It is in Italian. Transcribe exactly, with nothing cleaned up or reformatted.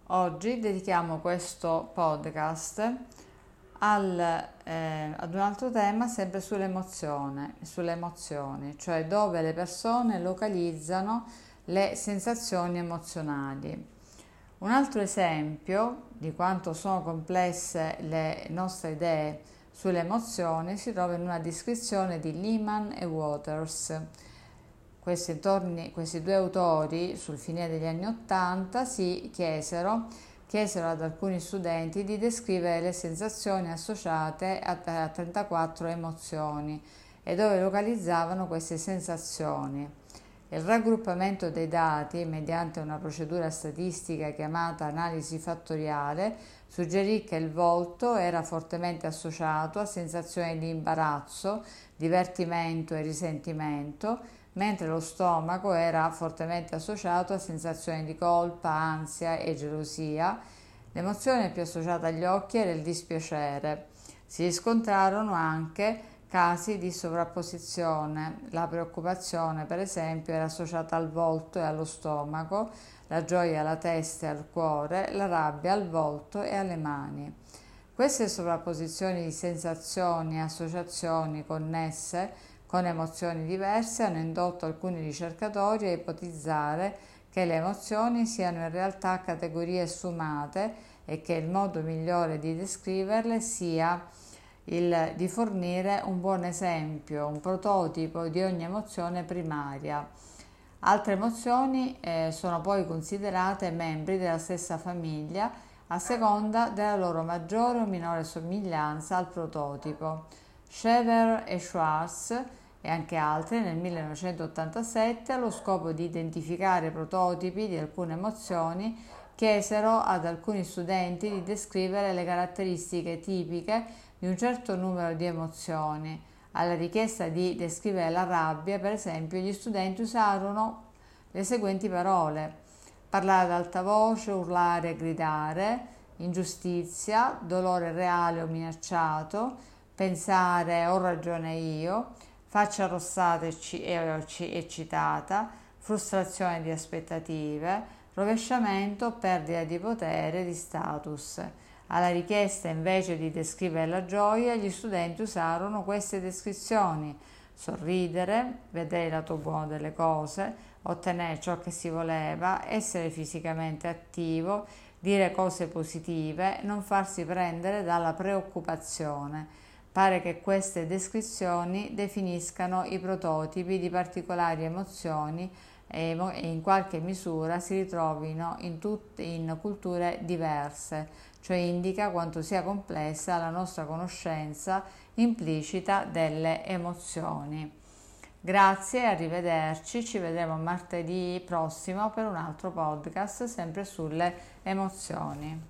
Oggi dedichiamo questo podcast al, eh, ad un altro tema sempre sull'emozione, sulle emozioni, cioè dove le persone localizzano le sensazioni emozionali. Un altro esempio di quanto sono complesse le nostre idee sulle emozioni si trova in una descrizione di Lehman e Waters. Questi, torni, questi due autori, sul finire degli anni Ottanta, si chiesero, chiesero ad alcuni studenti di descrivere le sensazioni associate a, a trentaquattro emozioni e dove localizzavano queste sensazioni. Il raggruppamento dei dati mediante una procedura statistica chiamata analisi fattoriale suggerì che il volto era fortemente associato a sensazioni di imbarazzo, divertimento e risentimento, mentre lo stomaco era fortemente associato a sensazioni di colpa, ansia e gelosia. L'emozione più associata agli occhi era il dispiacere. Si riscontrarono anche casi di sovrapposizione. La preoccupazione, per esempio, era associata al volto e allo stomaco, la gioia alla testa e al cuore, la rabbia al volto e alle mani. Queste sovrapposizioni di sensazioni e associazioni connesse con emozioni diverse hanno indotto alcuni ricercatori a ipotizzare che le emozioni siano in realtà categorie sfumate e che il modo migliore di descriverle sia il di fornire un buon esempio, un prototipo di ogni emozione primaria. Altre emozioni eh, sono poi considerate membri della stessa famiglia a seconda della loro maggiore o minore somiglianza al prototipo. Schever e Schwartz e anche altri nel millenovecentottantasette, allo scopo di identificare prototipi di alcune emozioni, chiesero ad alcuni studenti di descrivere le caratteristiche tipiche di un certo numero di emozioni. Alla richiesta di descrivere la rabbia, per esempio, gli studenti usarono le seguenti parole: parlare ad alta voce, urlare, gridare, ingiustizia, dolore reale o minacciato, pensare ho ragione io, faccia arrossata e eccitata, frustrazione di aspettative, rovesciamento, perdita di potere, di status. Alla richiesta invece di descrivere la gioia, gli studenti usarono queste descrizioni: sorridere, vedere il lato buono delle cose, ottenere ciò che si voleva, essere fisicamente attivo, dire cose positive, non farsi prendere dalla preoccupazione. Pare che queste descrizioni definiscano i prototipi di particolari emozioni e in qualche misura si ritrovino in, tut- in culture diverse, cioè indica quanto sia complessa la nostra conoscenza implicita delle emozioni. Grazie e arrivederci, ci vedremo martedì prossimo per un altro podcast sempre sulle emozioni.